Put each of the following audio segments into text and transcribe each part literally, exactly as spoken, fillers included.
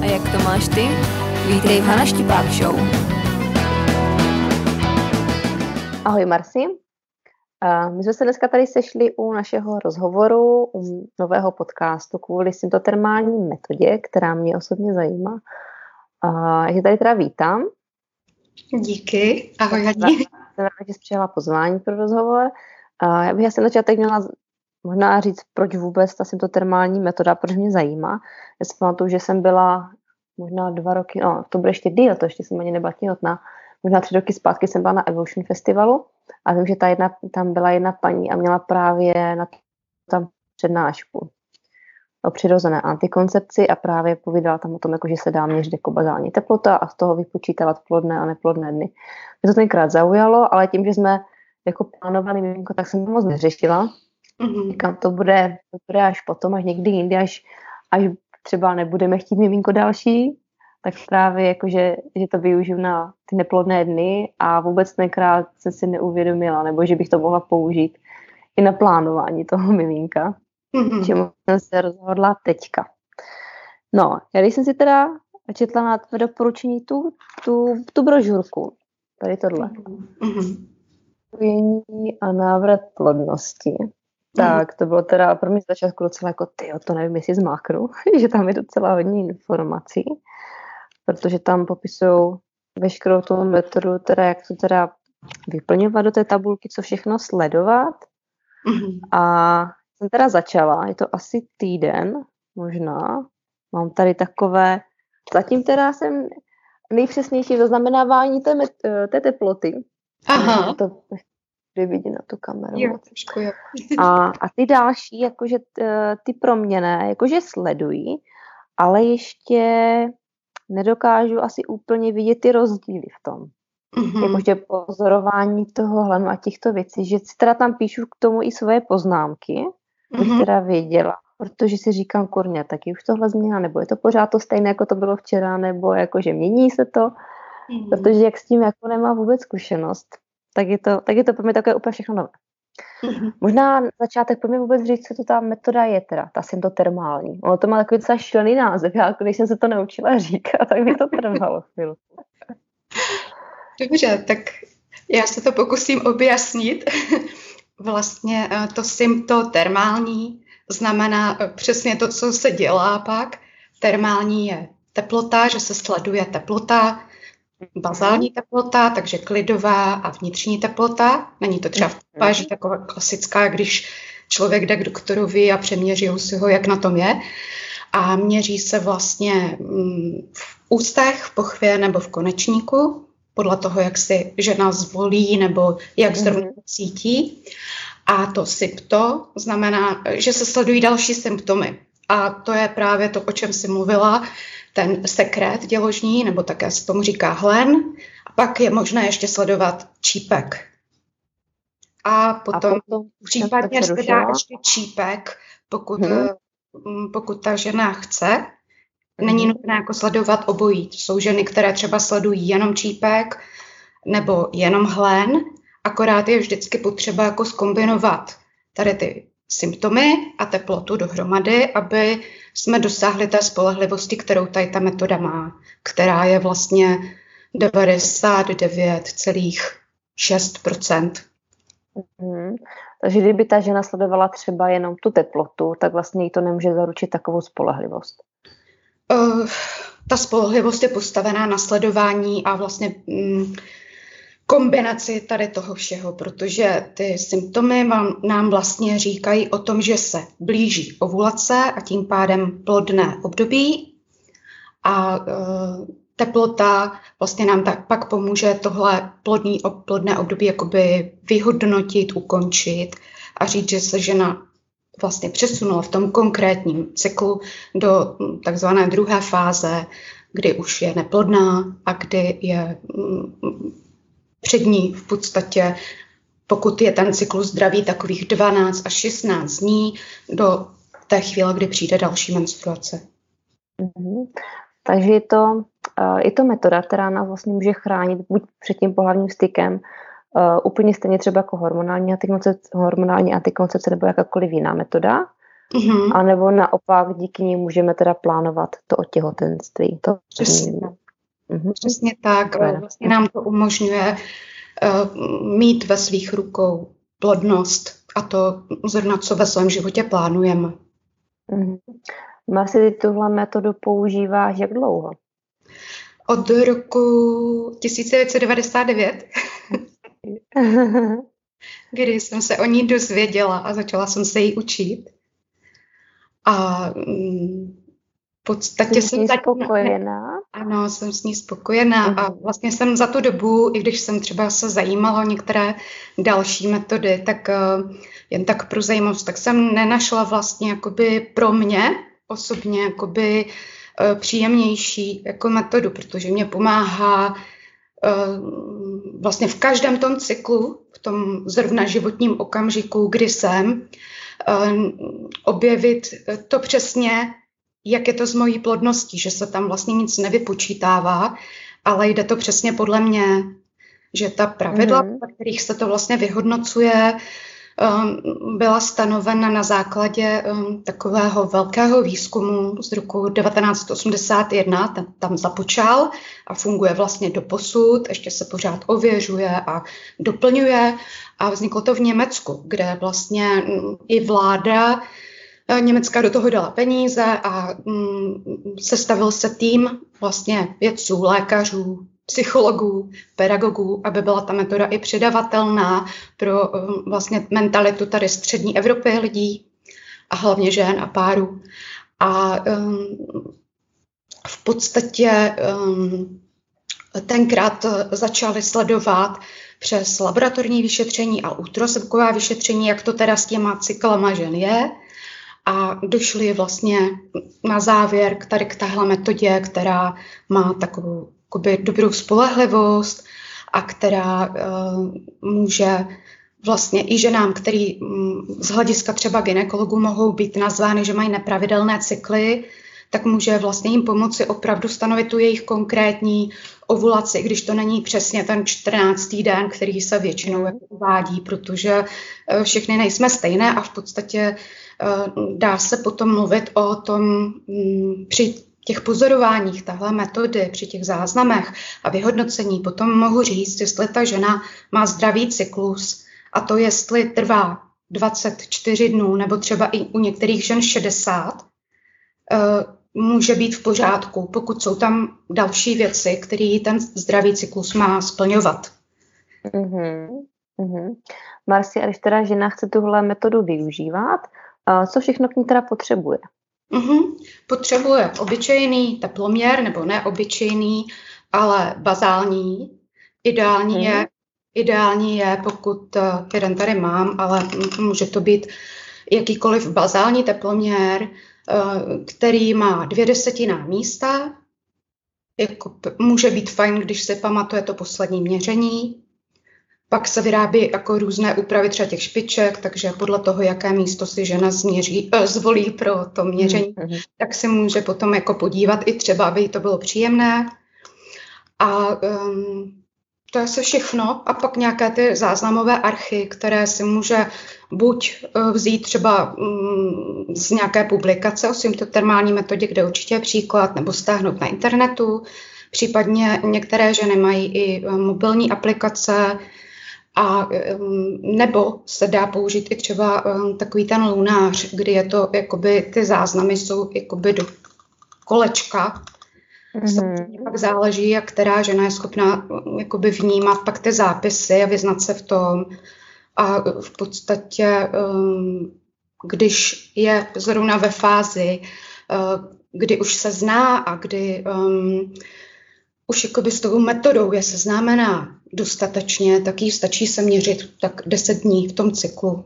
jak to máš ty? Vítej v Hana Štipák Show. Ahoj Marci. My jsme se dneska tady sešli u našeho rozhovoru, u nového podcastu kvůli symptotermální metodě, která mě osobně zajímá. Já tě tady teda vítám. Díky, ahoj Hadí. Jsem ráda, že jsi přijala pozvání pro rozhovor. Já bych asi na začátek měla možná říct, proč vůbec ta symptotermální metoda, proč mě zajímá. Já si pamatuju, že jsem byla možná dva roky, no to bude ještě díl, to ještě jsem ani nebyla těhotná, možná tři roky zpátky jsem byla na Evolution Festivalu a vím, že ta jedna, tam byla jedna paní a měla právě na tam přednášku o přirozené antikoncepci a právě povídala tam o tom, jako, že se dá měřit jako bazální teplota a z toho vypočítávat plodné a neplodné dny. Mě to tenkrát zaujalo, ale tím, že jsme jako plánovali miminko, tak jsem to moc neřešila. Mm-hmm. Říkám, to bude, to bude až potom, až někdy jindy, až, až třeba nebudeme chtít miminko další, tak právě jakože, že to využiju na ty neplodné dny a vůbec tenkrát jsem si neuvědomila, nebo že bych to mohla použít i na plánování toho miminka. Mm-hmm. Čemu jsem se rozhodla teďka. No, já když jsem si teda četla na tvé doporučení tu, tu, tu brožurku, tady tohle, mm-hmm. a návrat plodnosti, tak to bylo teda pro mě z začátku docela jako, tyjo, to nevím, jestli zmáknu, že tam je docela hodně informací, protože tam popisují veškerou tu metodu, teda jak to teda vyplňovat do té tabulky, co všechno sledovat. Mm-hmm. A jsem teda začala, je to asi týden, možná, mám tady takové, zatím teda jsem nejpřesnější zaznamenávání té, té teploty. Aha. To vidět na tu kameru. Jo, trošku, jo. A, a ty další, jakože ty proměnné, jakože sledují, ale ještě nedokážu asi úplně vidět ty rozdíly v tom. Mm-hmm. Jakože pozorování toho hlanu a těchto věcí, že si teda tam píšu k tomu i svoje poznámky, mm-hmm. bych teda věděla, protože si říkám, kurňa, tak je už tohle změna, nebo je to pořád to stejné, jako to bylo včera, nebo jakože mění se to, mm-hmm. protože jak s tím jako nemá vůbec zkušenost, tak je to, tak je to pro mě takové úplně všechno nové. Mm-hmm. Možná na začátek pro mě vůbec říct, co to ta metoda je teda, ta symptotermální. Ono to má takový docela šílený název, já když jsem se to naučila říkat, tak mi to trvalo chvilku. Dobře, tak já se to pokusím objasnit. Vlastně to symptotermální znamená přesně to, co se dělá pak. Termální je teplota, že se sleduje teplota, bazální teplota, takže klidová a vnitřní teplota. Není to třeba v páži taková klasická, když člověk jde k doktorovi a přeměří si ho, jak na tom je. A měří se vlastně v ústech, v pochvě nebo v konečníku, podle toho, jak si žena zvolí nebo jak zrovna cítí. A to sympto znamená, že se sledují další symptomy. A to je právě to, o čem jsi mluvila, ten sekret děložní, nebo také se tomu říká hlen. A pak je možné ještě sledovat čípek. A potom, a potom případně se dá ještě čípek, pokud, hmm. pokud ta žena chce. Není nutné jako sledovat obojí. Jsou ženy, které třeba sledují jenom čípek nebo jenom hlen, akorát je vždycky potřeba jako zkombinovat tady ty symptomy a teplotu dohromady, aby jsme dosáhli té spolehlivosti, kterou tady ta metoda má, která je vlastně devadesát devět celá šest procent. Mm-hmm. Takže kdyby ta žena sledovala třeba jenom tu teplotu, tak vlastně jí to nemůže zaručit takovou spolehlivost. Uh, ta spolehlivost je postavená na sledování a vlastně mm, kombinaci tady toho všeho, protože ty symptomy vám, nám vlastně říkají o tom, že se blíží ovulace a tím pádem plodné období a uh, teplota vlastně nám tak pak pomůže tohle plodní, plodné období jakoby vyhodnotit, ukončit a říct, že se žena vlastně přesunula v tom konkrétním cyklu do takzvané druhé fáze, kdy už je neplodná a kdy je před ní v podstatě, pokud je ten cyklus zdravý, takových dvanáct až šestnáct dní do té chvíle, kdy přijde další menstruace. Mm-hmm. Takže je to, uh, je to metoda, která nás vlastně může chránit buď před tím pohlavním stykem, uh, úplně stejně třeba jako hormonální antikoncepce, hormonální antikoncepce nebo jakákoliv jiná metoda. Mm-hmm. A nebo naopak díky ní můžeme teda plánovat to otěhotenství. To Přesně, mm-hmm. Přesně tak. Vlastně nám to umožňuje uh, mít ve svých rukou plodnost a to zrovna, co ve svém životě plánujeme. Mm-hmm. Marci, ty tuhle metodu používáš jak dlouho? Od roku tisíc devět set devadesát devět, kdy jsem se o ní dozvěděla a začala jsem se jí učit. A mm, v podstatě Jsi jsem s ní spokojená? Ano, jsem s ní spokojená uh-huh. a vlastně jsem za tu dobu, i když jsem třeba se zajímala o některé další metody, tak uh, jen tak pro zajímavost, tak jsem nenašla vlastně jakoby pro mě osobně jakoby uh, příjemnější jako metodu, protože mě pomáhá uh, vlastně v každém tom cyklu, v tom zrovna životním okamžiku, kdy jsem, uh, objevit to přesně, jak je to s mojí plodností, že se tam vlastně nic nevypočítává, ale jde to přesně podle mě, že ta pravidla, mm-hmm. po kterých se to vlastně vyhodnocuje, um, byla stanovena na základě um, takového velkého výzkumu z roku devatenáct osmdesát jedna, ten tam započal a funguje vlastně doposud, ještě se pořád ověřuje a doplňuje a vzniklo to v Německu, kde vlastně um, i vláda Německa do toho dala peníze a mm, sestavil se tým vlastně vědců, lékařů, psychologů, pedagogů, aby byla ta metoda i předavatelná pro um, vlastně mentalitu tady střední Evropy lidí a hlavně žen a párů. A um, v podstatě um, tenkrát začali sledovat přes laboratorní vyšetření a ultrasvukové vyšetření, jak to teda s těma cyklama žen je. A došli vlastně na závěr k tady k téhle metodě, která má takovou jakoby, dobrou spolehlivost a která uh, může vlastně i ženám, který um, z hlediska třeba gynekologů mohou být nazvány, že mají nepravidelné cykly, tak může vlastně jim pomoci opravdu stanovit tu jejich konkrétní ovulaci, když to není přesně ten čtrnáctý den, který se většinou uvádí, protože uh, všechny nejsme stejné a v podstatě dá se potom mluvit o tom při těch pozorováních tahle metody, při těch záznamech a vyhodnocení. Potom mohu říct, jestli ta žena má zdravý cyklus a to, jestli trvá dvacet čtyři dnů nebo třeba i u některých žen šedesát, může být v pořádku, pokud jsou tam další věci, které ten zdravý cyklus má splňovat. Mm-hmm. Mm-hmm. Marci, a když teda žena chce tuhle metodu využívat, co všechno k ní teda potřebuje? Mm-hmm. Potřebuje obyčejný teploměr, nebo ne obyčejný, ale bazální. Ideální, mm-hmm. je, ideální je, pokud jeden tady mám, ale může to být jakýkoliv bazální teploměr, který má dvě desetinná místa. Jako, může být fajn, když si pamatuje to poslední měření. Pak se vyrábí jako různé úpravy třeba těch špiček, takže podle toho, jaké místo si žena změří, eh, zvolí pro to měření, mm-hmm. tak se může potom jako podívat i třeba, aby to bylo příjemné. A um, to je asi všechno. A pak nějaké ty záznamové archy, které si může buď uh, vzít třeba um, z nějaké publikace o symptotermální metodě, kde určitě je příklad, nebo stáhnout na internetu. Případně některé ženy mají i um, mobilní aplikace, a nebo se dá použít i třeba um, takový ten lunář, kdy je to, jakoby ty záznamy jsou jakoby do kolečka. Mm-hmm. Pak záleží, jak která žena je schopná jakoby vnímat pak ty zápisy a vyznat se v tom. A v podstatě, um, když je zrovna ve fázi, uh, kdy už se zná a kdy um, už jakoby s tou metodou je seznámená dostatečně, tak jí stačí se měřit tak deset dní v tom cyklu.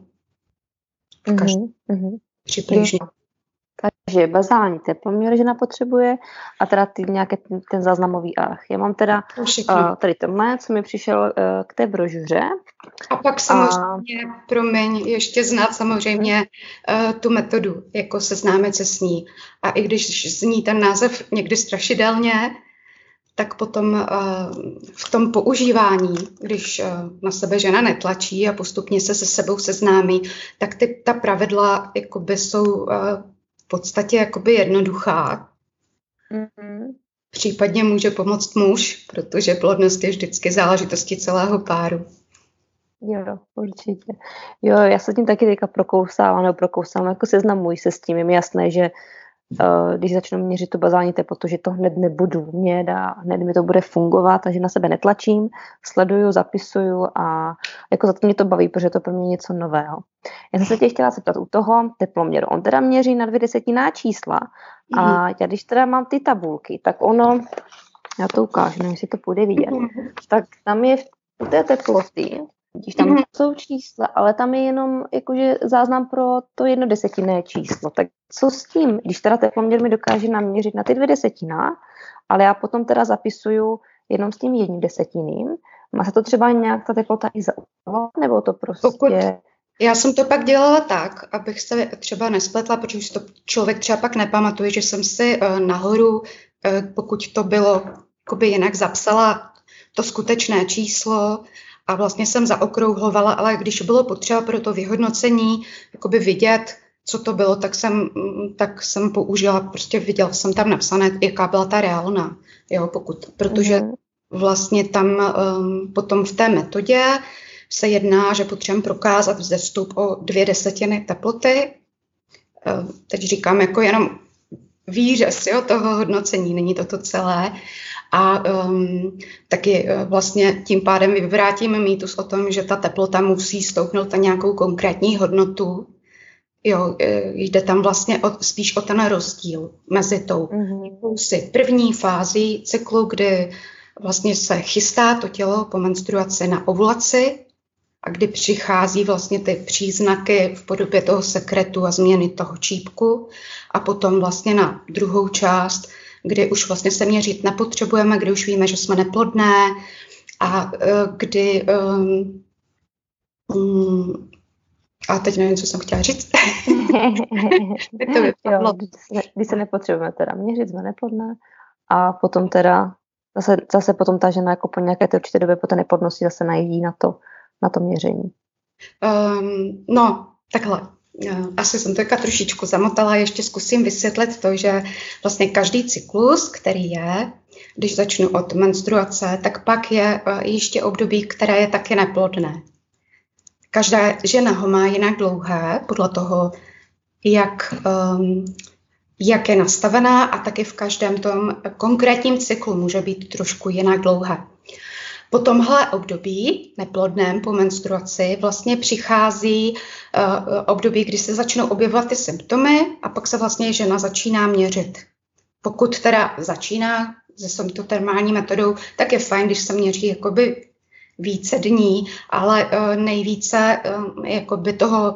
V každém mm-hmm. přibližně. Takže bazální teploměr žena potřebuje a teda ty nějaký ten, ten záznamový arch. Já mám teda uh, tady tenhle, co mi přišel uh, k té brožuře. A pak samozřejmě, a... promiň, ještě znát samozřejmě uh, tu metodu, jako seznámit se s ní. A i když zní ten název někdy strašidelně, tak potom v tom používání, když na sebe žena netlačí a postupně se se sebou seznámí, tak ty, ta pravidla jakoby jsou v podstatě jakoby jednoduchá. Mm-hmm. Případně může pomoct muž, protože plodnost je vždycky záležitostí celého páru. Jo, určitě. Jo, já se tím taky teďka prokousávám, nebo prokousám, jako seznamuji se s tím. Je mi jasné, že uh, když začnu měřit tu bazální teplotu, že to hned nebudu mět a hned mi to bude fungovat a že na sebe netlačím, sleduju, zapisuju a jako za to mě to baví, protože to pro mě něco nového. Já jsem se tě chtěla zeptat u toho teploměru. On teda měří na dvě desetinná čísla a já když teda mám ty tabulky, tak ono, já to ukážu, nevím, jestli to půjde vidět, tak tam je u té teploty, když tam mm-hmm. jsou čísla, ale tam je jenom jakože záznam pro to jedno desetinné číslo. Tak co s tím, když teda teploměr mi dokáže naměřit na ty dvě desetina, ale já potom teda zapisuju jenom s tím jedním desetiným, má se to třeba nějak ta teplota i zaujala, nebo to prostě... Pokud já jsem to pak dělala tak, abych se třeba nespletla, protože už to člověk třeba pak nepamatuje, že jsem si uh, nahoru, uh, pokud to bylo jakoby jinak, zapsala to skutečné číslo, a vlastně jsem zaokrouhlovala, ale když bylo potřeba pro to vyhodnocení jakoby vidět, co to bylo, tak jsem, tak jsem použila, prostě viděla jsem tam napsané, jaká byla ta reálná, jo, pokud, protože mm. vlastně tam um, potom v té metodě se jedná, že potřebujeme prokázat vzestup o dvě desetiny teploty. Uh, teď říkám jako jenom výřez, jo, toho hodnocení, není to to celé. A um, taky uh, vlastně tím pádem vyvrátíme mýtus o tom, že ta teplota musí stoupnout na nějakou konkrétní hodnotu. Jo, jde tam vlastně o, spíš o ten rozdíl mezi tou mm-hmm. první fází cyklu, kdy vlastně se chystá to tělo po menstruaci na ovulaci a kdy přichází vlastně ty příznaky v podobě toho sekretu a změny toho čípku a potom vlastně na druhou část, kdy už vlastně se měřit nepotřebujeme, kdy už víme, že jsme neplodné a kdy um, um, a teď nevím, co jsem chtěla říct. to jo, když se nepotřebujeme teda měřit, jsme neplodné a potom teda zase, zase potom ta žena jako po nějaké té určité době po té neplodnosti zase najdí na to, na to měření. Um, no, takhle. Asi jsem to jako trošičku zamotala, ještě zkusím vysvětlit to, že vlastně každý cyklus, který je, když začnu od menstruace, tak pak je ještě období, které je taky neplodné. Každá žena ho má jinak dlouhé, podle toho, jak, um, jak je nastavená a taky v každém tom konkrétním cyklu může být trošku jinak dlouhé. Po tomhle období, neplodném po menstruaci, vlastně přichází uh, období, kdy se začnou objevovat ty symptomy a pak se vlastně žena začíná měřit. Pokud teda začíná se symptotermální metodou, tak je fajn, když se měří jakoby více dní, ale uh, nejvíce uh, jakoby toho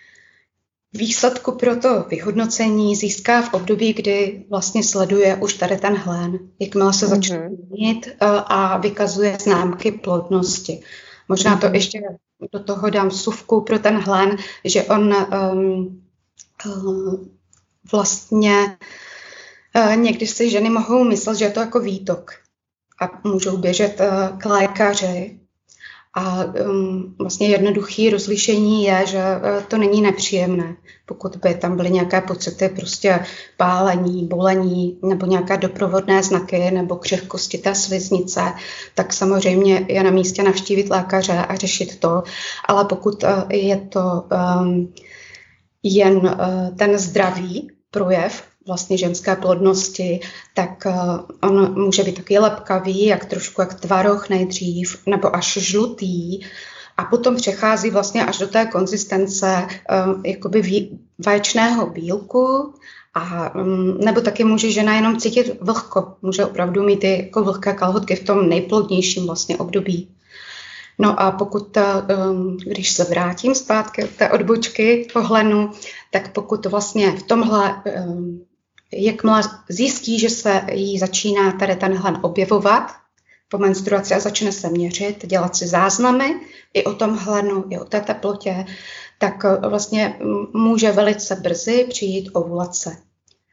výsledku pro to vyhodnocení získá v období, kdy vlastně sleduje už tady ten hlen, jakmile se začne měnit uh, a vykazuje známky plodnosti. Možná to ještě do toho dám vsuvku pro ten hlen, že on um, uh, vlastně uh, někdy si ženy mohou myslet, že je to jako výtok a můžou běžet uh, k lékaři. A um, vlastně jednoduché rozlišení je, že uh, to není nepříjemné. Pokud by tam byly nějaké pocity prostě pálení, bolení nebo nějaké doprovodné znaky nebo křehkosti té sliznice, tak samozřejmě je na místě navštívit lékaře a řešit to. Ale pokud uh, je to um, jen uh, ten zdravý projev vlastně ženské plodnosti, tak uh, on může být taky lepkavý, jak trošku jak tvaroh nejdřív, nebo až žlutý a potom přechází vlastně až do té konzistence uh, jakoby ví, vaječného bílku a um, nebo taky může žena jenom cítit vlhko, může opravdu mít ty jako vlhké kalhotky v tom nejplodnějším vlastně období. No a pokud, um, když se vrátím zpátky od té odbočky pohlenu, tak pokud vlastně v tomhle um, jakmile zjistí, že se jí začíná tady ten hlen objevovat po menstruaci a začne se měřit, dělat si záznamy i o tom hlenu, i o té teplotě, tak vlastně může velice brzy přijít ovulace.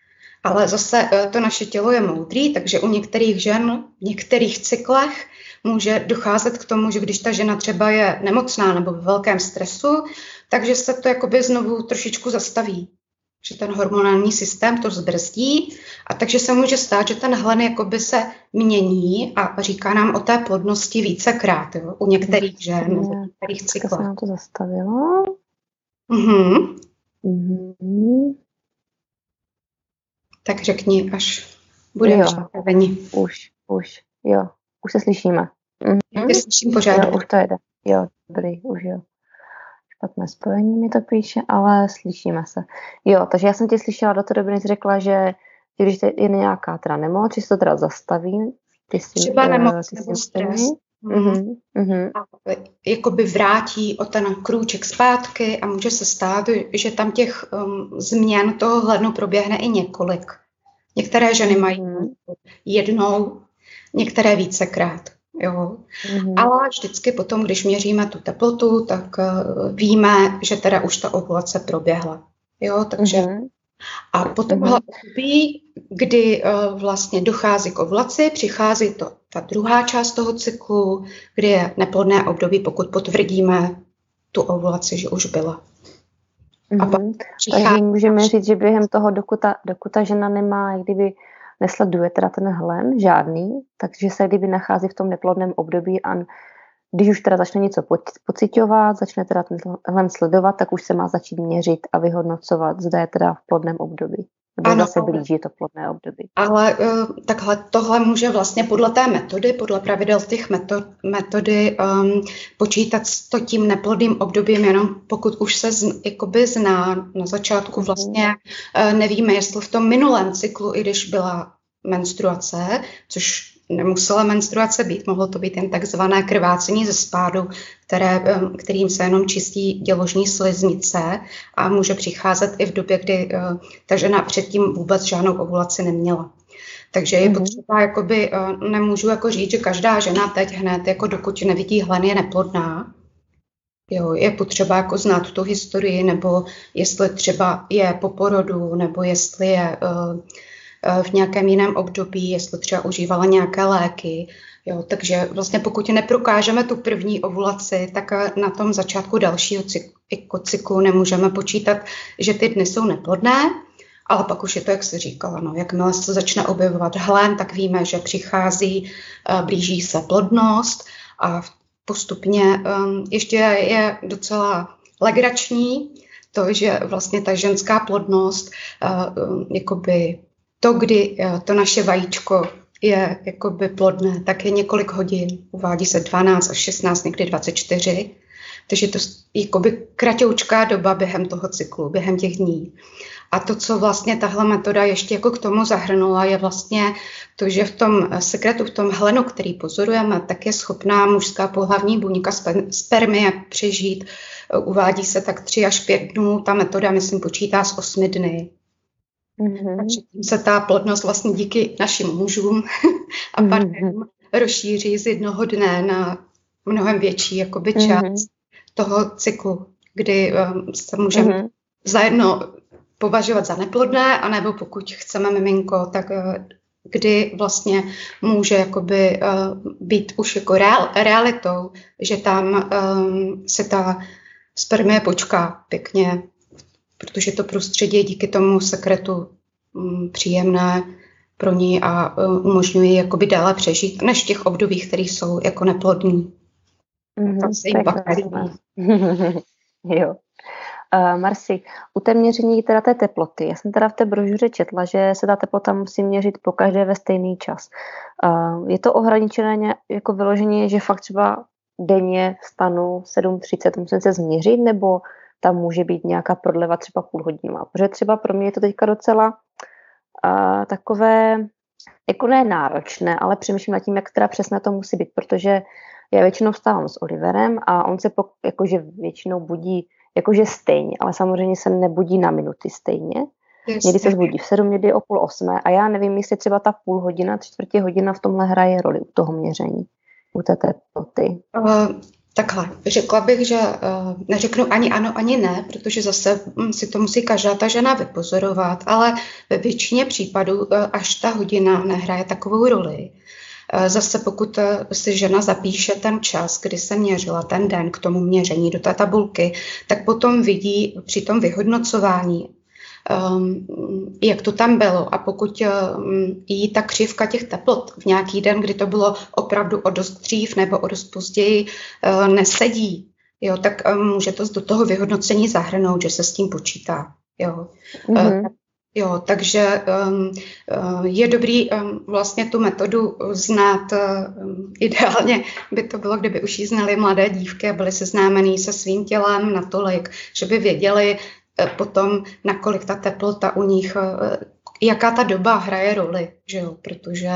Ale zase to naše tělo je moudrý, takže u některých žen v některých cyklech může docházet k tomu, že když ta žena třeba je nemocná nebo ve velkém stresu, takže se to jakoby znovu trošičku zastaví. Že ten hormonální systém to zbrzdí a takže se může stát, že ten hlen jakoby se mění a říká nám o té plodnosti vícekrát, jo, u některých žen, u některých cyklů. Tak se nám to zastavilo. Mhm. Mhm. Tak řekni, až budeme připraveni. Už, už, jo, už se slyšíme. Mhm. Já tě slyším pořád. Jo, už to jede, jo, dobrý, už jo. Špatné spojení mi to píše, ale slyšíme se. Jo, takže já jsem tě slyšela do té doby, než jsi řekla, že když je nějaká teda nemoc, že se to teda zastaví. Ty jsi, třeba nemoc nebo stres. Mm-hmm, mm-hmm. A jakoby vrátí o ten krůček zpátky a může se stát, že tam těch um, změn toho hlednu proběhne i několik. Některé ženy mají mm-hmm. jednou, některé vícekrát. Jo. Mm-hmm. Ale vždycky potom, když měříme tu teplotu, tak uh, víme, že teda už ta ovulace proběhla. Jo, takže mm-hmm. a potom mm-hmm. období, kdy uh, vlastně dochází k ovulaci, přichází to ta druhá část toho cyklu, kdy je neplodné období, pokud potvrdíme tu ovulaci, že už byla. Mm-hmm. A pak přichází... Takže můžeme říct, že během toho, dokud ta, dokud ta žena nemá, jak kdyby nesleduje teda ten hlen, žádný, takže se kdyby nachází v tom neplodném období a když už teda začne něco pociťovat, začne teda ten hlen sledovat, tak už se má začít měřit a vyhodnocovat, zda je teda v plodném období. Ano, se blíží to plodné období. Ale uh, takhle tohle může vlastně podle té metody, podle pravidel těch metod, metody um, počítat s to tím neplodným obdobím, jenom pokud už se z, jakoby zná na začátku vlastně uh, nevíme, jestli v tom minulém cyklu, i když byla menstruace, což nemusela menstruace být, mohlo to být jen takzvané krvácení ze spádu, které, kterým se jenom čistí děložní sliznice a může přicházet i v době, kdy uh, ta žena předtím vůbec žádnou ovulaci neměla. Takže je potřeba, jakoby, uh, nemůžu jako říct, že každá žena teď hned, jako dokud nevidí hlen, je neplodná. Jo, je potřeba jako znát tu historii, nebo jestli třeba je po porodu, nebo jestli je uh, v nějakém jiném období, jestli třeba užívala nějaké léky. Jo, takže vlastně pokud neprokážeme tu první ovulaci, tak na tom začátku dalšího cyklu, cyklu nemůžeme počítat, že ty dny jsou neplodné, ale pak už je to, jak se říkala, no, jakmile se začne objevovat hlen, tak víme, že přichází, blíží se plodnost a postupně um, ještě je docela legrační to, že vlastně ta ženská plodnost uh, jakoby to, kdy to naše vajíčko je jakoby plodné, tak je několik hodin. Uvádí se dvanáct až šestnáct, někdy dvacet čtyři. Takže to je jakoby kratoučká doba během toho cyklu, během těch dní. A to, co vlastně tahle metoda ještě jako k tomu zahrnula, je vlastně to, že v tom sekretu, v tom hlenu, který pozorujeme, tak je schopná mužská pohlavní buňka spermie přežít. Uvádí se tak tři až pět dnů. Ta metoda, myslím, počítá s osmi dny. Mm-hmm. Takže tím se ta plodnost vlastně díky našim mužům a partnerům mm-hmm. rozšíří z jednoho dne na mnohem větší jakoby čas mm-hmm. toho cyklu, kdy um, se můžeme mm-hmm. zajedno považovat za neplodné, anebo pokud chceme miminko, tak uh, kdy vlastně může jakoby uh, být už jako real, realitou, že tam um, se ta spermie počká pěkně, protože to prostředí je díky tomu sekretu um, příjemné pro ní a um, umožňuje jakoby dále přežít, než v těch obdobích, které jsou jako neplodní. Mm-hmm, tam se jim bakterií. Jo. Uh, Marci, u té měření teda té teploty, já jsem teda v té brožuře četla, že se ta teplota musí měřit pokaždé ve stejný čas. Uh, je to ohraničené jako vyložení, že fakt třeba denně vstanu sedm třicet, musím se změřit, nebo tam může být nějaká prodleva třeba půl hodinová? Protože třeba pro mě je to teďka docela uh, takové, jako ne náročné, ale přemýšlím nad tím, jak teda přesně to musí být, protože já většinou vstávám s Oliverem a on se po, jakože většinou budí jakože stejně, ale samozřejmě se nebudí na minuty stejně. Yes. Někdy se zbudí v sedm, někdy o půl osmé a já nevím, jestli třeba ta půl hodina, čtvrtě hodina v tomhle hraje roli u toho měření, u té teploty. Uh, Takhle, řekla bych, že uh, neřeknu ani ano, ani ne, protože zase um, si to musí každá ta žena vypozorovat, ale ve většině případů uh, až ta hodina nehraje takovou roli. Uh, zase pokud uh, si žena zapíše ten čas, kdy se měřila ten den k tomu měření do té tabulky, tak potom vidí při tom vyhodnocování, Um, jak to tam bylo, a pokud um, jí ta křivka těch teplot v nějaký den, kdy to bylo opravdu o dost dřív nebo o dost později, uh, nesedí, jo, tak um, může to do toho vyhodnocení zahrnout, že se s tím počítá. Jo. Mm-hmm. Uh, jo, takže um, uh, je dobrý um, vlastně tu metodu znát. Um, ideálně by to bylo, kdyby už ji znali mladé dívky a byly seznámený se svým tělem natolik, že by věděli potom, nakolik ta teplota u nich, jaká ta doba hraje roli, že jo, protože,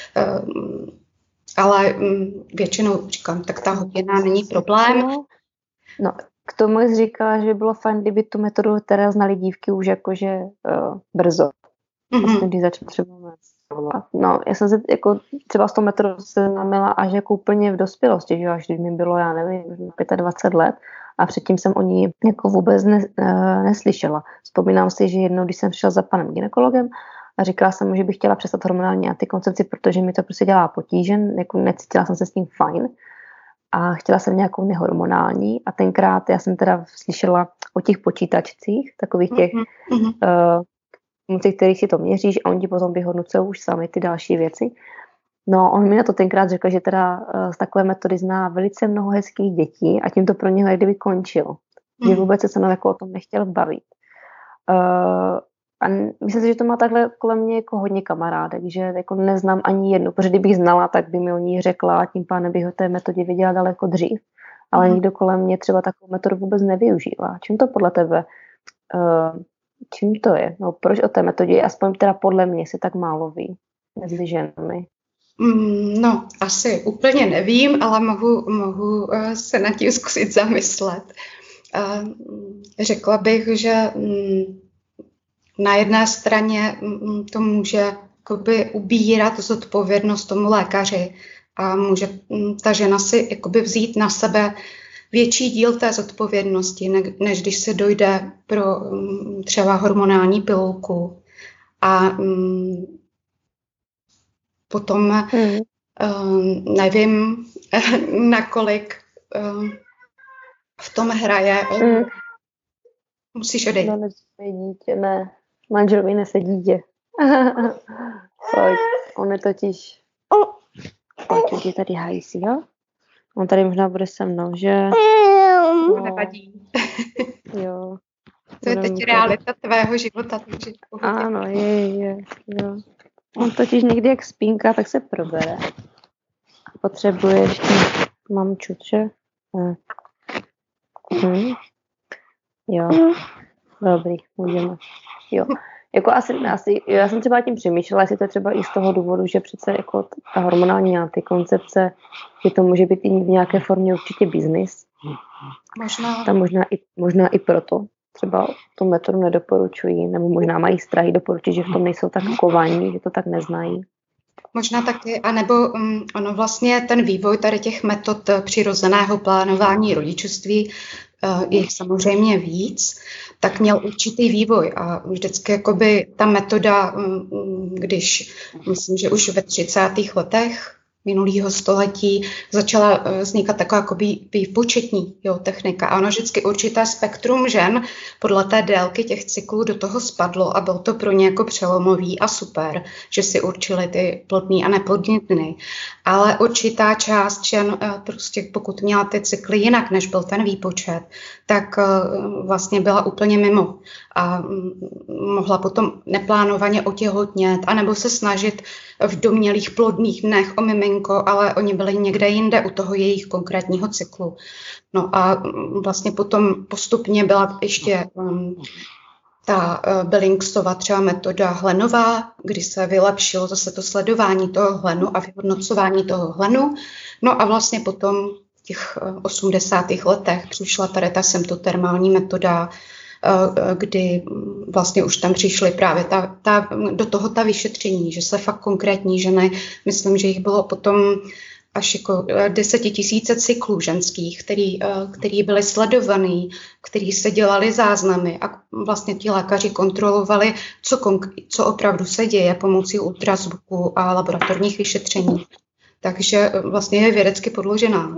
ale většinou říkám, tak ta hodina není problém. No, k tomu jsi říkala, že by bylo fajn, kdyby tu metodu teda znali dívky už jakože uh, brzo. Mm-hmm. Vlastně, když začne třeba menstruovat. No, já jsem se jako třeba s tou metodou seznámila až jako úplně v dospělosti, že jo, až když mi bylo, já nevím, dvacet pět let, a předtím jsem o ní jako vůbec ne, uh, neslyšela. Vzpomínám si, že jednou, když jsem přišla za panem gynekologem a říkala jsem mu, že bych chtěla přestat hormonální antikoncepci, protože mi to prostě dělá potíže, jako necítila jsem se s tím fajn a chtěla jsem nějakou nehormonální, a tenkrát já jsem teda slyšela o těch počítačcích, takových těch mm-hmm. uh, těch, kterých si to měříš, a oni ti potom vyhodnocují už sami ty další věci. No, on mi na to tenkrát řekl, že teda uh, z takové metody zná velice mnoho hezkých dětí a tím to pro něho jak kdyby končilo. Mm. Že vůbec se se mnou jako o tom nechtěl bavit. Uh, a myslím si, že to má takhle kolem mě jako hodně kamarádek, že jako neznám ani jednu, protože kdybych znala, tak by mi o ní řekla a tím pádem bych o té metodě věděla daleko dřív. Ale mm. nikdo kolem mě třeba takovou metodu vůbec nevyužívá. Čím to podle tebe, uh, čím to je? No, proč o té metodě, aspoň teda podle mě, se tak málo ví mezi ženami? No, asi úplně nevím, ale mohu, mohu se nad tím zkusit zamyslet. Řekla bych, že na jedné straně to může jakoby ubírat zodpovědnost tomu lékaři a může ta žena si jakoby vzít na sebe větší díl té zodpovědnosti, než když se dojde pro třeba hormonální pilulku. A potom hmm. uh, nevím, nakolik uh, v tom hraje. Hmm. Musíš odejít. No, nesmí dítě, ne. Manželovi nese dítě. Pojď, on je totiž... Pojď, už je tady hajsí, jo? On tady možná bude se mnou, že... No. Nevadí. Jo. To je teď realita tvého života. Takže ano, je, je, jo. On totiž někdy jak spínka, tak se probere. Potřebuje ještě mamču, že? Ne. Mhm. Jo. Dobrý, můžeme. Jo. Jako asi, asi, já jsem třeba tím přemýšlela, jestli to je třeba i z toho důvodu, že přece jako ta hormonální antikoncepce, že to může být i v nějaké formě určitě biznis. Možná. Tam možná i, možná i proto třeba tu metodu nedoporučují, nebo možná mají strahy doporučit, že v tom nejsou tak kovaní, že to tak neznají. Možná taky, anebo um, ono vlastně ten vývoj tady těch metod přirozeného plánování rodičovství, uh, je samozřejmě víc, tak měl určitý vývoj a vždycky jakoby ta metoda, um, když myslím, že už ve třicátých letech minulého století začala vznikat taková jakoby výpočetní jo, technika. A ono vždycky určité spektrum žen podle té délky těch cyklů do toho spadlo a bylo to pro ně jako přelomový a super, že si určili ty plodný a neplodný dny. Ale určitá část žen, prostě pokud měla ty cykly jinak, než byl ten výpočet, tak vlastně byla úplně mimo. A mohla potom neplánovaně otěhotnět, anebo se snažit v domnělých plodných dnech o miminko, ale oni byli někde jinde u toho jejich konkrétního cyklu. No a vlastně potom postupně byla ještě um, ta uh, Billingsova třeba metoda hlenová, kdy se vylepšilo zase to sledování toho hlenu a vyhodnocování toho hlenu. No a vlastně potom v těch uh, osmdesátých letech přišla tady ta symptotermální metoda, kdy vlastně už tam přišly právě ta, ta, do toho ta vyšetření, že se fakt konkrétní ženy, myslím, že jich bylo potom až jako desetitisíce cyklů ženských, který, který byly sledovaný, který se dělali záznamy a vlastně ti lékaři kontrolovali, co, konk- co opravdu se děje pomocí ultrazvuku a laboratorních vyšetření. Takže vlastně je vědecky podložená.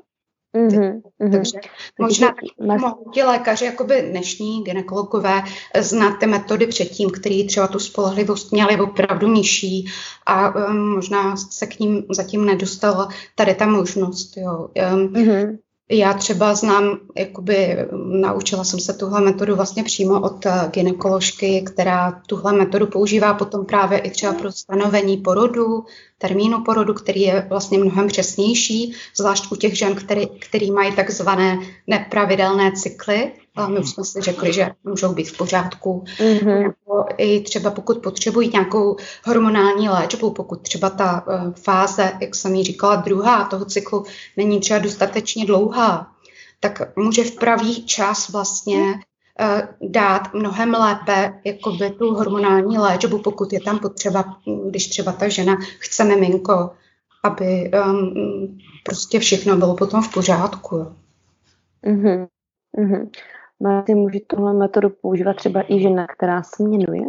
Mm-hmm, Takže možná mohou ti lékaři, jakoby dnešní gynekologové, znát ty metody předtím, které třeba tu spolehlivost měly opravdu nižší a um, možná se k ním zatím nedostala tady ta možnost. Jo. Um, mm-hmm. Já třeba znám, jakoby naučila jsem se tuhle metodu vlastně přímo od gynekoložky, která tuhle metodu používá potom právě i třeba pro stanovení porodu, termínu porodu, který je vlastně mnohem přesnější, zvlášť u těch žen, který, který mají takzvané nepravidelné cykly. A my už jsme si řekli, že můžou být v pořádku. Mm-hmm. Nebo i třeba pokud potřebují nějakou hormonální léčbu, pokud třeba ta uh, fáze, jak jsem jí říkala, druhá toho cyklu není třeba dostatečně dlouhá, tak může v pravý čas vlastně uh, dát mnohem lépe jakoby tu hormonální léčbu, pokud je tam potřeba, když třeba ta žena chce miminko, aby um, prostě všechno bylo potom v pořádku. Mm-hmm. Mm-hmm. Máte, může tuhle metodu používat třeba i žena, která směnuje?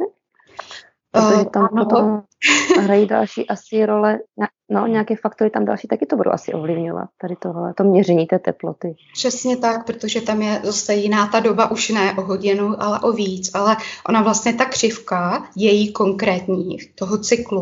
Protože tam uh, potom hrají další asi role, no nějaké faktory tam další taky to budou asi ovlivňovat, tady tohle, to měření té teploty. Přesně tak, protože tam je zase jiná ta doba, už ne o hodinu, ale o víc, ale ona vlastně ta křivka, její konkrétní toho cyklu,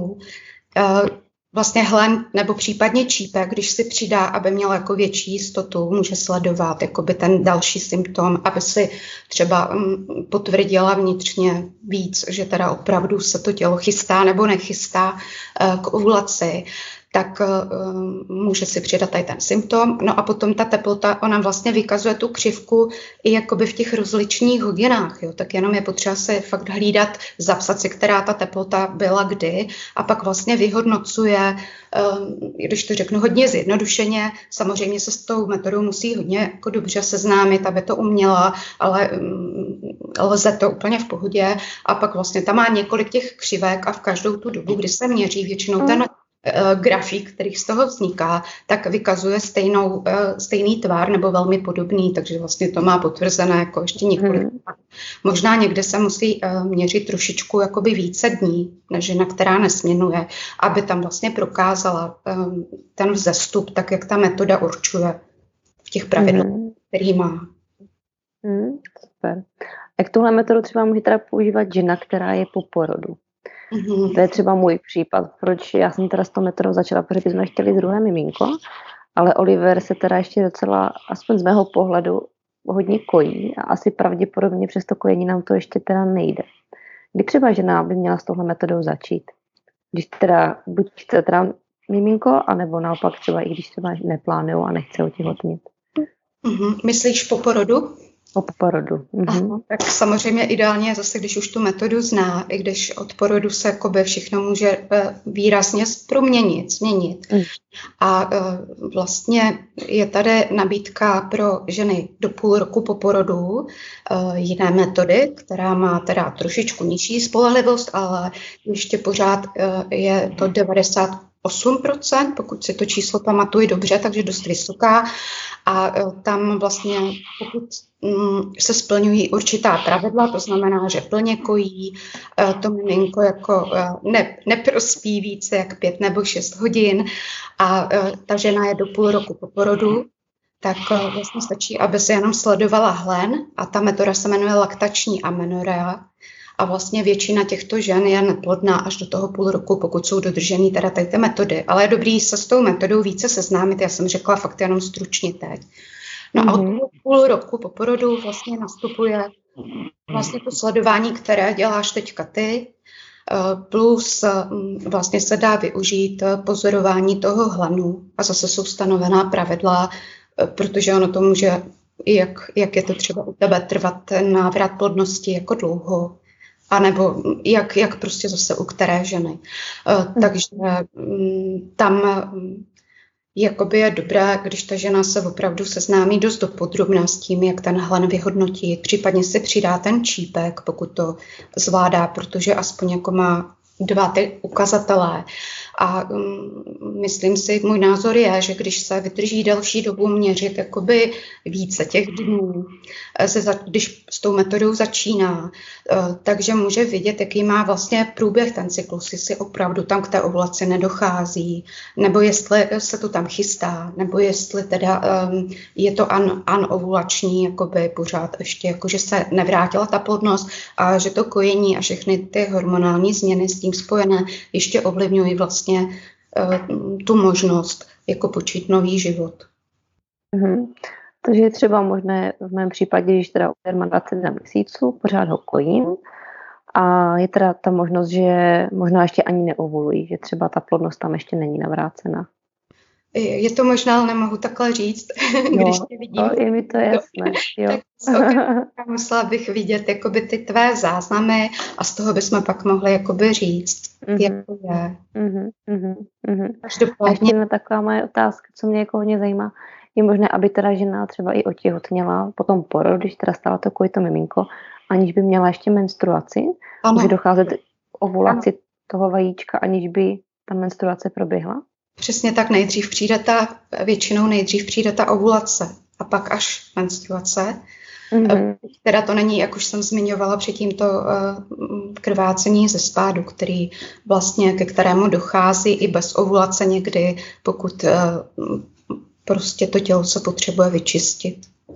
uh, vlastně hlen nebo případně čípek, když si přidá, aby měl jako větší jistotu, může sledovat jakoby ten další symptom, aby si třeba um, potvrdila vnitřně víc, že teda opravdu se to tělo chystá nebo nechystá uh, k ovulaci, tak uh, může si přidat tady ten symptom. No a potom ta teplota, ona vlastně vykazuje tu křivku i jakoby v těch rozličných hodinách. Jo? Tak jenom je potřeba se fakt hlídat, zapsat si, která ta teplota byla kdy a pak vlastně vyhodnocuje, uh, když to řeknu hodně zjednodušeně, samozřejmě se s tou metodou musí hodně jako dobře seznámit, aby to uměla, ale um, lze to úplně v pohodě a pak vlastně tam má několik těch křivek a v každou tu dobu, kdy se měří většinou ten grafik, který z toho vzniká, tak vykazuje stejnou, stejný tvar nebo velmi podobný, takže vlastně to má potvrzené jako ještě několik. Hmm. Možná někde se musí měřit trošičku jakoby více dní, než žena, která nesměnuje, aby tam vlastně prokázala ten vzestup, tak jak ta metoda určuje v těch pravidlech, hmm. který má. Hmm, super. Jak tuhle metodu třeba může teda používat žena, která je po porodu? Mm-hmm. To je třeba můj případ, proč já jsem teda s tou metodou začala, protože bychom chtěli druhé miminko, ale Oliver se teda ještě docela, aspoň z mého pohledu, hodně kojí a asi pravděpodobně přes to kojení nám to ještě teda nejde. Kdy třeba žena by měla s touhle metodou začít? Když teda buď chce teda miminko, anebo naopak třeba i když třeba neplánujou a nechce otěhotnit. Mm-hmm. Myslíš po porodu? Po porodu. Mhm. Tak samozřejmě ideálně je zase, když už tu metodu zná, i když od porodu se jakoby všechno může výrazně proměnit, změnit. Mm. A vlastně je tady nabídka pro ženy do půl roku po porodu jiné metody, která má teda trošičku nižší spolehlivost, ale ještě pořád je to devadesát osm procent, pokud si to číslo pamatuji dobře, takže dost vysoká. A tam vlastně, pokud se splňují určitá pravidla, to znamená, že plně kojí, to miminko jako ne, neprospí více jak pět nebo šest hodin a ta žena je do půl roku po porodu, tak vlastně stačí, aby se jenom sledovala hlen a ta metoda se jmenuje laktační amenorrea. A vlastně většina těchto žen je neplodná až do toho půl roku, pokud jsou dodržený teda tady ty metody. Ale je dobrý se s tou metodou více seznámit, já jsem řekla fakt jenom stručně teď. No mm-hmm. a od půl roku po porodu vlastně nastupuje vlastně to sledování, které děláš teďka ty, plus vlastně se dá využít pozorování toho hlanu a zase jsou stanovená pravidla, protože ono to může, jak, jak je to třeba u tebe, trvat ten návrat plodnosti jako dlouho. A nebo jak, jak prostě zase u které ženy. Uh, takže um, tam um, jakoby je dobré, když ta žena se opravdu seznámí dost dopodrobná s tím, jak ten hlen vyhodnotí. Případně si přidá ten čípek, pokud to zvládá, protože aspoň jako má dva ty ukazatelé. A um, myslím si, můj názor je, že když se vydrží delší dobu měřit jakoby více těch dnů, se, když s tou metodou začíná, uh, takže může vidět, jaký má vlastně průběh ten cyklus, jestli opravdu tam k té ovulaci nedochází, nebo jestli se to tam chystá, nebo jestli teda um, je to an, anovulační, jakoby pořád ještě, jako že se nevrátila ta plodnost a že to kojení a všechny ty hormonální změny s tím spojené ještě ovlivňují vlastně uh, tu možnost jako počít nový život. Mm-hmm. Takže je třeba možné v mém případě, když teda má dvacet jedna měsíců, pořád ho kojím a je teda ta možnost, že možná ještě ani neovulují, že třeba ta plodnost tam ještě není navrácena. Je to možná, ale nemohu takhle říct, no, když tě vidím. To, je mi to jasné. Jo. Tak musela bych vidět jakoby ty tvé záznamy a z toho bychom pak mohli jakoby říct, mm-hmm. jak to je. Mm-hmm. Mm-hmm. A ještě jedna taková moje otázka, co mě jako hodně zajímá, je možné, aby teda žena třeba i otěhotněla po tom porodu, když teda stala takový to miminko, aniž by měla ještě menstruaci, ano. Může docházet k ovulaci ano. toho vajíčka, aniž by ta menstruace proběhla? Přesně tak, nejdřív přijde ta, většinou nejdřív přijde ta ovulace a pak až menstruace. Mm-hmm. Teda to není, jak už jsem zmiňovala předtím, to uh, krvácení ze spádu, který vlastně, ke kterému dochází i bez ovulace někdy, pokud uh, prostě to tělo se potřebuje vyčistit.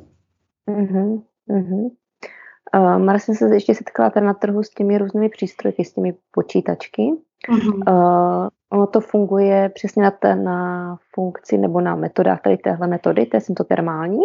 Mm-hmm. Mm-hmm. Uh, Mara, jsem se ještě setkala tady na trhu s těmi různými přístrojky, s těmi počítačky. Mm-hmm. Uh, ono to funguje přesně na, té, na funkci nebo na metodách tady téhle metody, to je symptotermální.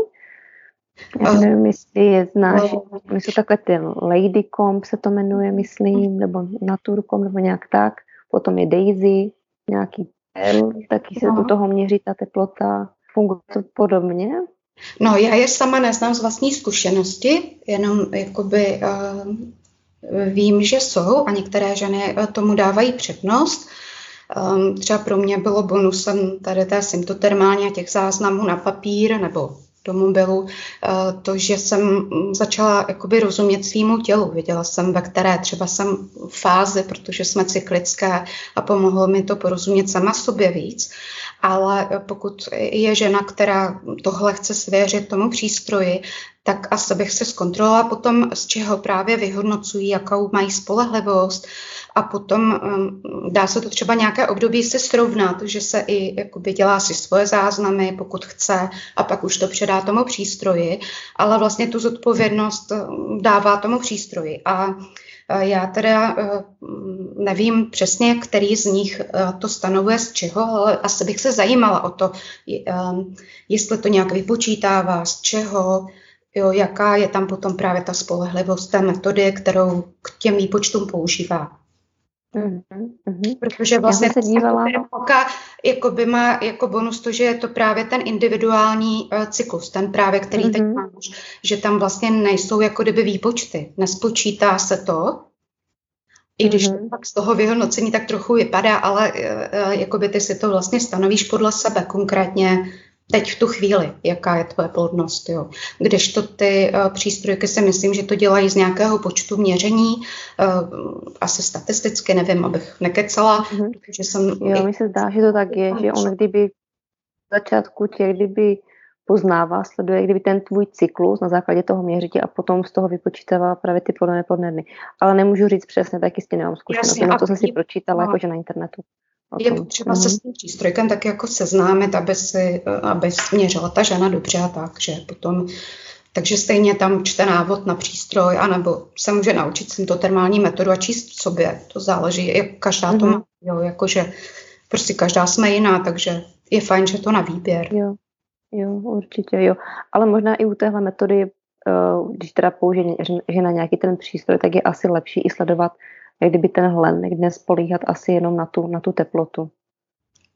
Já uh, nevím, jestli je znáš, uh, my jsou takhle ty Ladycomb se to jmenuje, myslím, nebo Naturcomb, nebo nějak tak. Potom je Daisy, nějaký L, taky se uh, u toho měří ta teplota. Funguje to podobně? No, já je sama neznám z vlastní zkušenosti, jenom jakoby uh, vím, že jsou a některé ženy tomu dávají přednost. Um, třeba pro mě bylo bonusem tady té symptotermální a těch záznamů na papír nebo do mobilu, uh, to, že jsem začala jakoby rozumět svýmu tělu. Věděla jsem, ve které třeba jsem fázi, protože jsme cyklické a pomohlo mi to porozumět sama sobě víc. Ale pokud je žena, která tohle chce svěřit tomu přístroji, tak asi bych se zkontrolovala potom, z čeho právě vyhodnocují, jakou mají spolehlivost a potom um, dá se to třeba nějaké období si srovnat, že se i jakoby dělá si svoje záznamy, pokud chce a pak už to předá tomu přístroji, ale vlastně tu zodpovědnost dává tomu přístroji a já teda nevím přesně, který z nich to stanovuje z čeho, ale asi bych se zajímala o to, jestli to nějak vypočítává, z čeho, jo, jaká je tam potom právě ta spolehlivost té metody, kterou k těm výpočtům používá. Mm-hmm. Protože vlastně se dívala. Ta jakoby má jako bonus to, že je to právě ten individuální uh, cyklus, ten právě, který mm-hmm. teď máš, že tam vlastně nejsou jako kdyby výpočty, nespočítá se to, i když mm-hmm. to pak z toho vyhodnocení tak trochu vypadá, ale uh, jakoby ty si to vlastně stanovíš podle sebe konkrétně teď v tu chvíli, jaká je tvoje plodnost. Jo. Kdežto ty uh, přístrojky si myslím, že to dělají z nějakého počtu měření, uh, asi statisticky, nevím, abych nekecala. Mm-hmm. Protože jsem jo, mi se zdá, že to tak je, že on kdyby v začátku tě kdyby poznává, sleduje kdyby ten tvůj cyklus na základě toho měřití a potom z toho vypočítává právě ty plodné neplodné dny. Ale nemůžu říct přesně, taky s tím nemám zkušenost, na to jsem si pročítala no. jakože na internetu. Je potřeba se s tím přístrojkem tak jako seznámit, aby si, aby měřila ta žena dobře a tak, že potom, takže stejně tam čte návod na přístroj, anebo se může naučit symptotermální metodu a číst sobě, to záleží, jak každá to má, jo, jakože prostě každá jsme jiná, takže je fajn, že to na výběr. Jo, jo, určitě jo, ale možná i u téhle metody, když teda použije žena nějaký ten přístroj, tak je asi lepší i sledovat jak kdyby ten hlen, jak dnes políhat asi jenom na tu, na tu teplotu.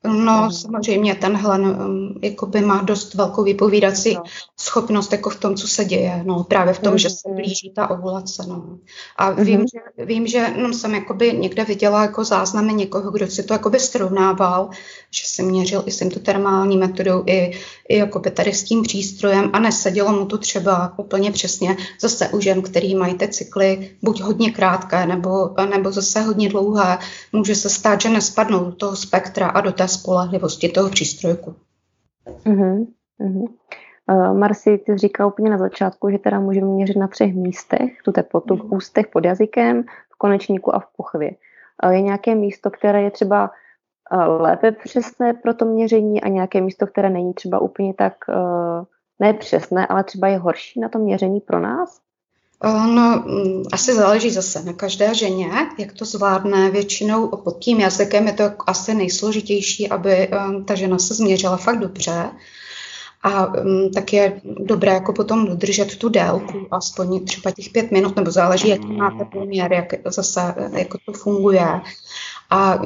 No, samozřejmě tenhle um, jakoby má dost velkou vypovídací no. schopnost jako v tom, co se děje, no, právě v tom, mm-hmm. že se blíží ta ovulace, no. A vím, mm-hmm. že, vím, že no, jsem jakoby někde viděla jako záznamy někoho, kdo si to jakoby srovnával, že se měřil i s tímto termální metodou, i, i jakoby tady s tím přístrojem a nesedělo mu to třeba úplně přesně zase u žen, který mají ty cykly buď hodně krátké, nebo, nebo zase hodně dlouhé. Může se stát, že nespadnou do toho spektra a do té spolehlivosti toho přístrojku. Uh-huh, uh-huh. Uh, Marci, ty jsi říkala úplně na začátku, že teda můžeme měřit na třech místech, tu teplotu v ústech pod jazykem, v konečníku a v pochvě. Uh, je nějaké místo, které je třeba uh, lépe přesné pro to měření a nějaké místo, které není třeba úplně tak uh, nepřesné, ale třeba je horší na to měření pro nás? No, asi záleží zase na každé ženě, jak to zvládne. Většinou pod tím jazykem je to asi nejsložitější, aby ta žena se změřila fakt dobře. A tak je dobré jako potom dodržet tu délku, aspoň třeba těch pět minut, nebo záleží, jaký máte poměr, jak zase jako to funguje. A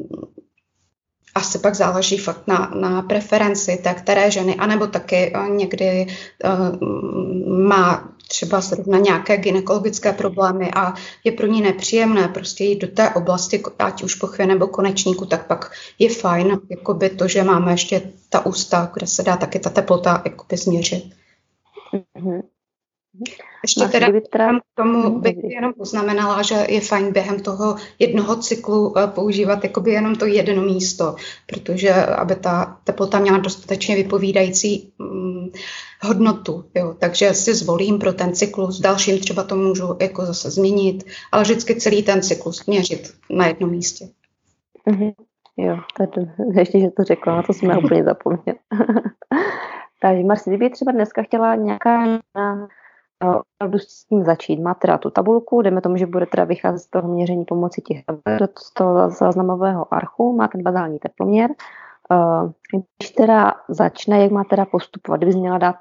asi pak záleží fakt na, na preferenci té které ženy, anebo taky někdy uh, má třeba zrovna nějaké gynekologické problémy a je pro ní nepříjemné prostě jít do té oblasti, ať už pochvě nebo konečníku, tak pak je fajn jakoby to, že máme ještě ta ústa, kde se dá taky ta teplota jakoby změřit. Mm-hmm. Ještě teda k tomu bych jenom poznamenala, že je fajn během toho jednoho cyklu používat jakoby jenom to jedno místo, protože aby ta teplota měla dostatečně vypovídající hm, hodnotu. Jo. Takže si zvolím pro ten cyklus, dalším třeba to můžu jako zase změnit, ale vždycky celý ten cyklus měřit na jednom místě. Mm-hmm. Jo, to ještě, že to řekla, na to jsme úplně zapomněli. Takže Marci, kdyby třeba dneska chtěla nějaká opravdu s tím začít. Má teda tu tabulku, dejme tomu, že bude teda vycházet z toho měření pomocí těch z toho záznamového archu, má ten bazální teploměr. Když teda začne, jak má teda postupovat, kdyby měla dát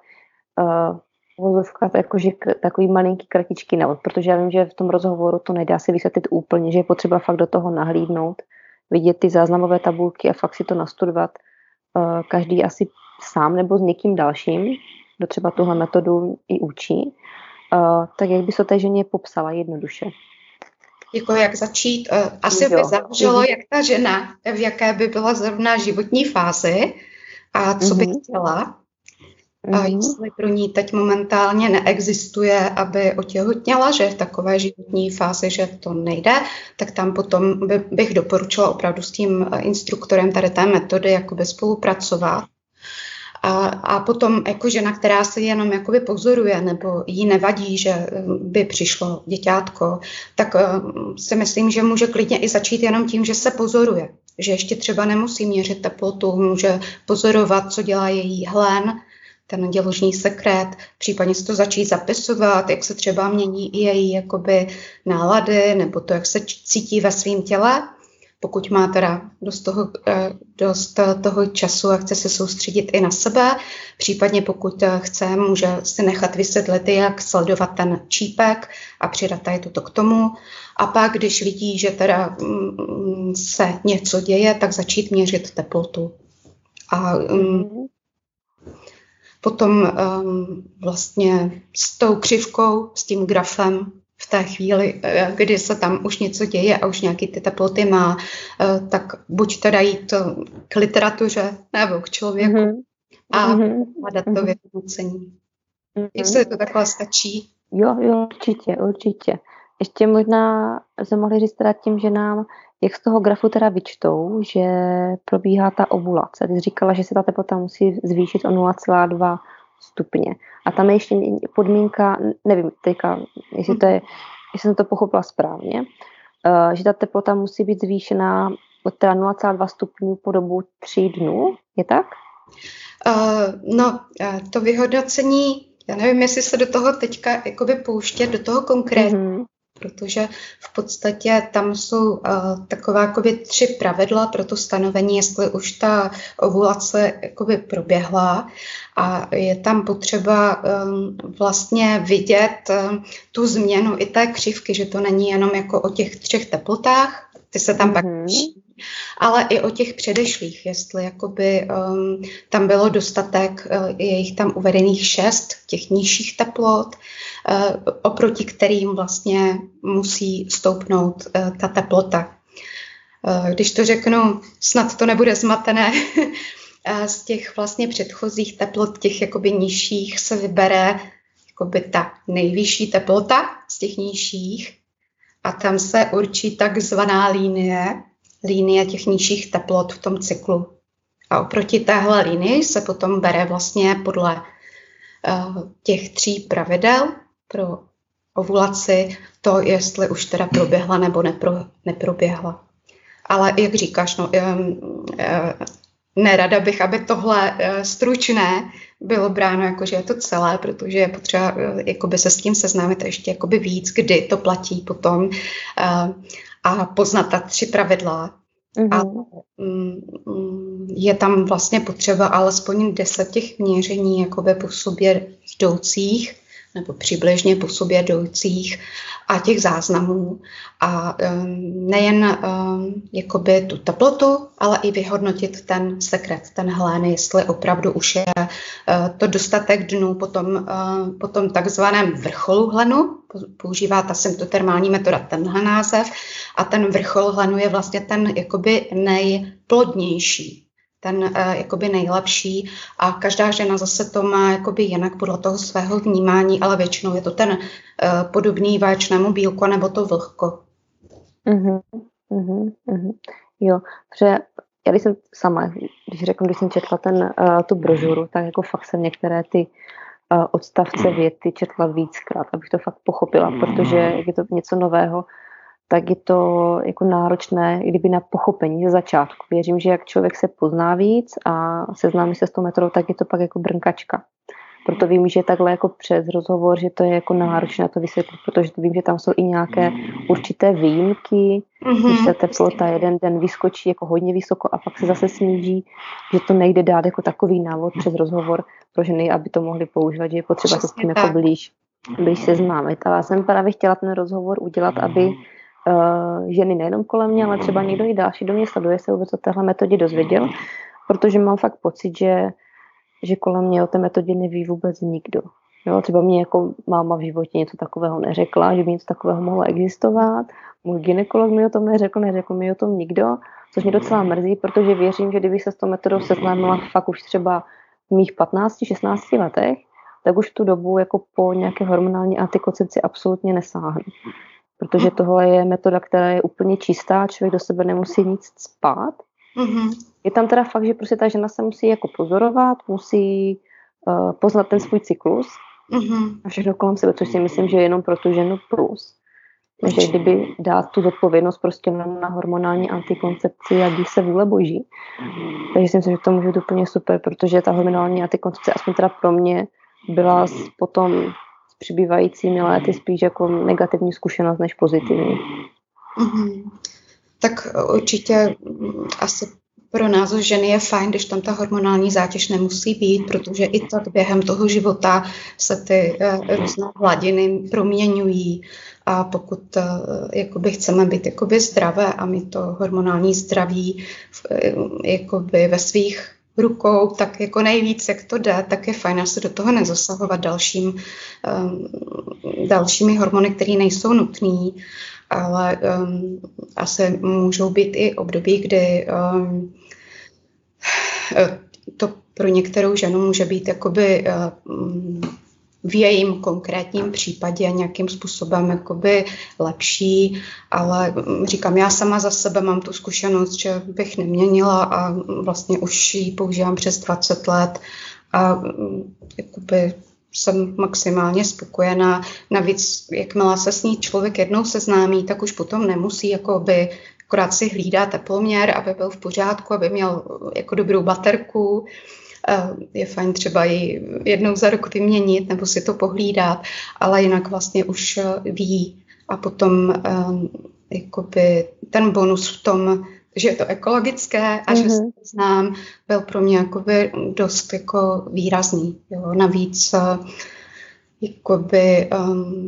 vozovka jakože takový malinký kratičky návod, protože já vím, že v tom rozhovoru to nejde asi vysvětlit úplně, že je potřeba fakt do toho nahlídnout, vidět ty záznamové tabulky a fakt si to nastudovat každý asi sám nebo s někým dalším, kdo třeba tuhle metodu i učí. Uh, tak jak by se té ženě popsala jednoduše? Jako jak začít? Uh, asi jo. by záleželo, jak ta žena, v jaké by byla zrovna životní fázi a co mm-hmm. by chtěla. Mm-hmm. A jestli pro ní teď momentálně neexistuje, aby otěhotněla, že je v takové životní fázi, že to nejde, tak tam potom by, bych doporučila opravdu s tím instruktorem tady té metody jakoby spolupracovat. A, a potom jako žena, která se jenom jakoby pozoruje nebo jí nevadí, že by přišlo děťátko, tak uh, si myslím, že může klidně i začít jenom tím, že se pozoruje. Že ještě třeba nemusí měřit teplotu, může pozorovat, co dělá její hlen, ten děložní sekret, případně si to začít zapisovat, jak se třeba mění i její jakoby nálady nebo to, jak se cítí ve svém těle. Pokud má teda dost toho, dost toho času a chce se soustředit i na sebe, případně pokud chce, může si nechat vysvětlit, jak sledovat ten čípek a přidat tady toto k tomu. A pak, když vidí, že teda se něco děje, tak začít měřit teplotu. A um, potom um, vlastně s tou křivkou, s tím grafem, v té chvíli, kdy se tam už něco děje a už nějaký ty teploty má, tak buď teda jít k literatuře nebo k člověku mm-hmm. a hledat mm-hmm. to vyhodnocení. Mm-hmm. Jestli to takhle stačí? Jo, jo, určitě, určitě. Ještě možná jsme mohli říct teda tím, že nám, jak z toho grafu teda vyčtou, že probíhá ta ovulace. Ty říkala, že se ta teplota musí zvýšit o nula celá dva stupně. A tam je ještě podmínka, nevím teďka, jestli, to je, jestli jsem to pochopila správně, uh, že ta teplota musí být zvýšená od teda nula celá dva stupňů po dobu tří dnů, je tak? Uh, no, to vyhodnocení, já nevím, jestli se do toho teďka jakoby pouštět, do toho konkrétně, mm-hmm. protože v podstatě tam jsou uh, taková jakoby tři pravidla pro to stanovení, jestli už ta ovulace jakoby proběhla a je tam potřeba um, vlastně vidět um, tu změnu i té křivky, že to není jenom jako o těch třech teplotách, ty se tam mm-hmm. pak ale i o těch předešlých, jestli jakoby um, tam bylo dostatek, uh, je jich tam uvedených šest těch nižších teplot, uh, oproti kterým vlastně musí stoupnout uh, ta teplota. Uh, když to řeknu, snad to nebude zmatené, z těch vlastně předchozích teplot, těch jakoby nižších, se vybere jakoby ta nejvyšší teplota z těch nižších a tam se určí takzvaná linie, linie těch nižších teplot v tom cyklu. A oproti téhle linii se potom bere vlastně podle uh, těch tří pravidel pro ovulaci to, jestli už teda proběhla nebo nepro, neproběhla. Ale jak říkáš, no, um, uh, nerada bych, aby tohle uh, stručné bylo bráno jako, že je to celé, protože je potřeba uh, jakoby se s tím seznámit ještě jakoby víc, kdy to platí potom uh, a poznat ta tři pravidla. Mm-hmm. A um, je tam vlastně potřeba alespoň deset těch měření jakoby po sobě jdoucích, nebo přibližně po sobě jdoucích a těch záznamů. A um, nejen um, jakoby tu teplotu, ale i vyhodnotit ten sekret, ten hlen, jestli opravdu už je uh, to dostatek dnů po tom, uh, po tom takzvaném vrcholu hlenu. Používá ta symptotermální metoda tenhle název a ten vrchol hlenu je vlastně ten jakoby nejplodnější, ten uh, jakoby nejlepší a každá žena zase to má jakoby jinak podle toho svého vnímání, ale většinou je to ten uh, podobný vaječnému bílku nebo to vlhko. Uh-huh, uh-huh, uh-huh. Jo, protože já když jsem sama, když řeknu, když jsem četla ten, uh, tu brožuru, tak jako fakt jsem některé ty uh, odstavce věty četla víckrát, abych to fakt pochopila, protože jak je to něco nového, tak je to jako náročné, i kdyby na pochopení ze začátku. Věřím, že jak člověk se pozná víc a seznámí se s tou metodou, tak je to pak jako brnkačka. Proto vím, že takhle jako přes rozhovor, že to je jako náročné to vysvětlit, protože vím, že tam jsou i nějaké určité výjimky, mm-hmm. když se teplota jeden den vyskočí jako hodně vysoko a pak se zase sníží, že to nejde dát jako takový návod přes rozhovor pro ženy, aby to mohli používat, že je potřeba se s tím jako blíž, blíž seznámit. Ale já jsem právě chtěla ten rozhovor udělat, aby Uh, ženy nejenom kolem mě, ale třeba někdo i další do mě sleduje, se vůbec o téhle metodě dozvěděl, protože mám fakt pocit, že, že kolem mě o té metodě neví vůbec nikdo. Jo, třeba mě jako máma v životě něco takového neřekla, že by něco takového mohlo existovat. Můj gynekolog mi o tom neřekl, neřekl mi o tom nikdo, což mě docela mrzí, protože věřím, že kdybych se s tou metodou seznámila fakt už třeba v mých patnácti šestnácti letech, tak už v tu dobu jako po nějaké hormonální antikoncepci absolutně nesáhnu. Protože tohle je metoda, která je úplně čistá, člověk do sebe nemusí nic spát. Mm-hmm. Je tam teda fakt, že prostě ta žena se musí jako pozorovat, musí uh, poznat ten svůj cyklus mm-hmm. a všechno kolem sebe, což si myslím, že je jenom pro tu ženu plus. Takže kdyby dát tu zodpovědnost prostě na hormonální antikoncepci a dí se vůle boží. Mm-hmm. Takže si myslím, že to může být úplně super, protože ta hormonální antikoncepce, aspoň teda pro mě, byla potom přibývajícími lety spíš jako negativní zkušenost než pozitivní. Mm-hmm. Tak určitě asi pro nás ženy je fajn, když tam ta hormonální zátěž nemusí být, protože i tak během toho života se ty uh, různé hladiny proměňují a pokud uh, jakoby chceme být jakoby zdravé a mít to hormonální zdraví uh, jakoby ve svých rukou, tak jako nejvíc, jak to jde, tak je fajn se do toho nezasahovat dalším, um, dalšími hormony, které nejsou nutné, ale um, asi můžou být i období, kdy um, to pro některou ženu může být jakoby um, v jejím konkrétním případě nějakým způsobem jakoby lepší, ale říkám, já sama za sebe mám tu zkušenost, že bych neměnila a vlastně už ji používám přes dvacet let a jakoby jsem maximálně spokojená. Navíc, jakmile se s ní člověk jednou seznámí, tak už potom nemusí jakoby akorát si hlídá teploměr, aby byl v pořádku, aby měl jako dobrou baterku. Je fajn třeba ji jednou za rok vyměnit nebo si to pohlídat, ale jinak vlastně už ví. A potom um, jakoby ten bonus v tom, že je to ekologické a mm-hmm. že se znám, byl pro mě jakoby dost jako výrazný. Jo. Navíc jakoby, um,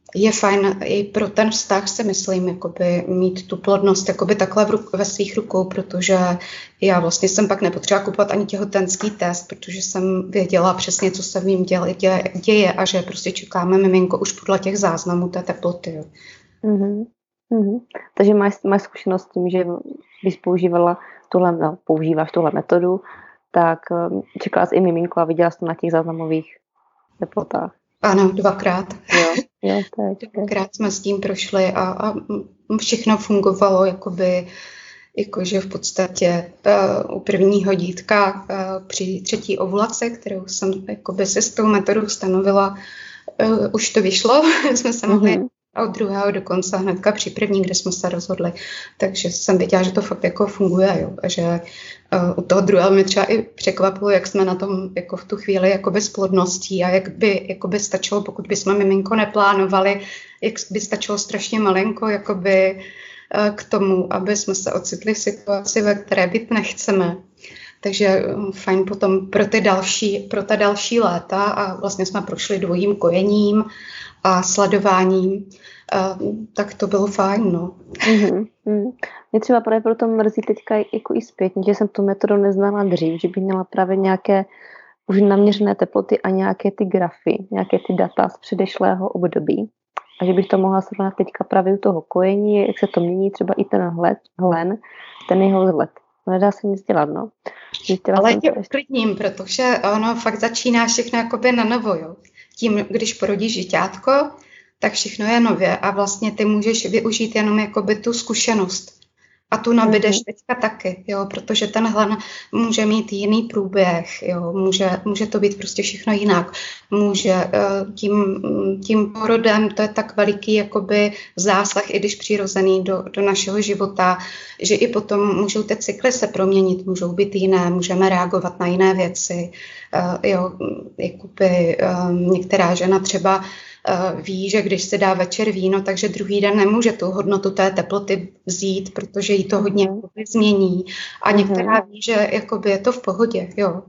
Je fajn i pro ten vztah, si myslím, jakoby mít tu plodnost jakoby takhle v ruk- ve svých rukou, protože já vlastně jsem pak nepotřeba kupovat ani těhotenský test, protože jsem věděla přesně, co se v mým děle, děje, děje a že prostě čekáme miminko už podle těch záznamů té teploty. Jo. Mm-hmm. Mm-hmm. Takže máš, máš zkušenost s tím, že když používala tuhle, no, používáš tuhle metodu, tak čekala jsi i miminko a viděla jsi to na těch záznamových teplotách. Ano, dvakrát. Jo, jo, to je dvakrát jsme s tím prošli a, a všechno fungovalo, jakoby, jakože v podstatě uh, u prvního dítka uh, při třetí ovulaci, kterou jsem jakoby si s tou metodou stanovila, uh, už to vyšlo, jsme se mohli mm-hmm. a od druhého dokonce hnedka při první, kde jsme se rozhodli. Takže jsem věděla, že to fakt jako funguje, jo. A že uh, u toho druhého mě třeba i překvapilo, jak jsme na tom jako v tu chvíli jakoby s plodností a jak by jakoby stačilo, pokud bychom miminko neplánovali, jak by stačilo strašně malinko jakoby uh, k tomu, aby jsme se ocitli v situaci, ve které být nechceme. Takže um, fajn potom pro ty další, pro ta další léta a vlastně jsme prošli dvojím kojením a sledováním, uh, tak to bylo fajn, no. Mm-hmm. Mě třeba právě proto mrzí teďka jako i zpětně, že jsem tu metodu neznala dřív, že bych měla právě nějaké už naměřené teploty a nějaké ty grafy, nějaké ty data z předešlého období. A že bych to mohla srovnat teďka právě u toho kojení, jak se to mění, třeba i ten hled, hlen, ten jeho vzhled. Nedá se nic dělat, no. Ale tě uklidním, protože ono fakt začíná všechno jakoby na novo, jo. Tím, když porodíš žiťátko, tak všechno je nově a vlastně ty můžeš využít jenom jakoby tu zkušenost. A tu nabydeš mm-hmm. teďka taky, jo, protože ten hlen může mít jiný průběh, jo, může, může to být prostě všechno jinak. Může tím, tím porodem, to je tak veliký jakoby zásah, i když přirozený do, do našeho života, že i potom můžou ty cykly se proměnit, můžou být jiné, můžeme reagovat na jiné věci. Jo, jakoby některá žena třeba ví, že když se dá večer víno, takže druhý den nemůže tu hodnotu té teploty vzít, protože jí to hodně mm. změní. A některá ví, že jakoby je to v pohodě. Jo.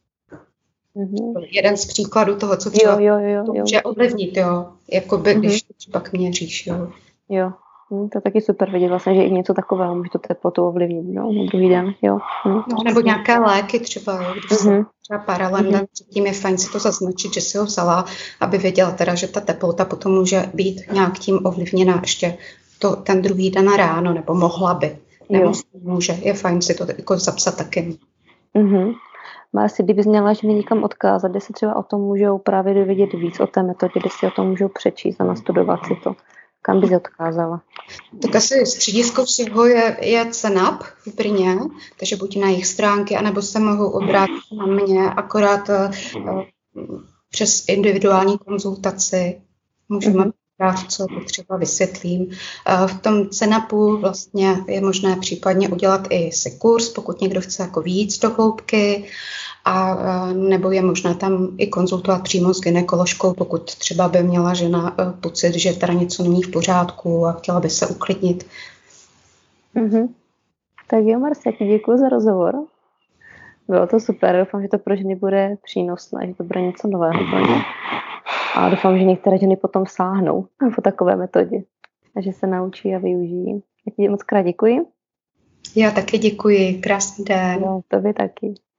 Mm. Jeden z příkladů toho, co třeba jo, jo, jo, to jo. může ovlivnit, jo. Jakoby, mm. když to třeba měříš. Jo. Jo. Hm, to je taky super vidět vlastně, že i něco takového může to teplotu ovlivnit, no, na druhý den, jo. Hm. No, nebo nějaké léky třeba, jo, když mm-hmm. se třeba paralelně, mm-hmm. předtím je fajn si to zaznačit, že si ho vzala, aby věděla teda, že ta teplota potom může být nějak tím ovlivněna ještě to, ten druhý den ráno, nebo mohla by, nebo může, je fajn si to jako zapsat taky. Mm-hmm. Marci, kdybys měla ženy někam odkázat, kde se třeba o tom můžou právě dovědět víc o té metodě, kde si o tom můžou přečíst a nastudovat si to. Kam bys odkázala? Tak asi středisko všeho je, je C N A P v Brně, takže buď na jejich stránky, anebo se mohou obrátit na mě, akorát uh, přes individuální konzultaci. Můžeme mm-hmm. brát, co potřeba vysvětlím. Uh, v tom C N A P u vlastně je možné případně udělat i si kurz, pokud někdo chce jako víc do hloubky, a nebo je možné tam i konzultovat přímo s gynekoložkou, pokud třeba by měla žena pocit, že teda něco není v pořádku a chtěla by se uklidnit. Mm-hmm. Tak jo, Marci, děkuji za rozhovor. Bylo to super, doufám, že to pro ženy bude přínosné, že to bude něco nového pro ně. A doufám, že některé ženy potom sáhnou po takové metodě a že se naučí a využijí. Já ti moc krát děkuji. Já taky děkuji, krásný den. Jo, tobě taky.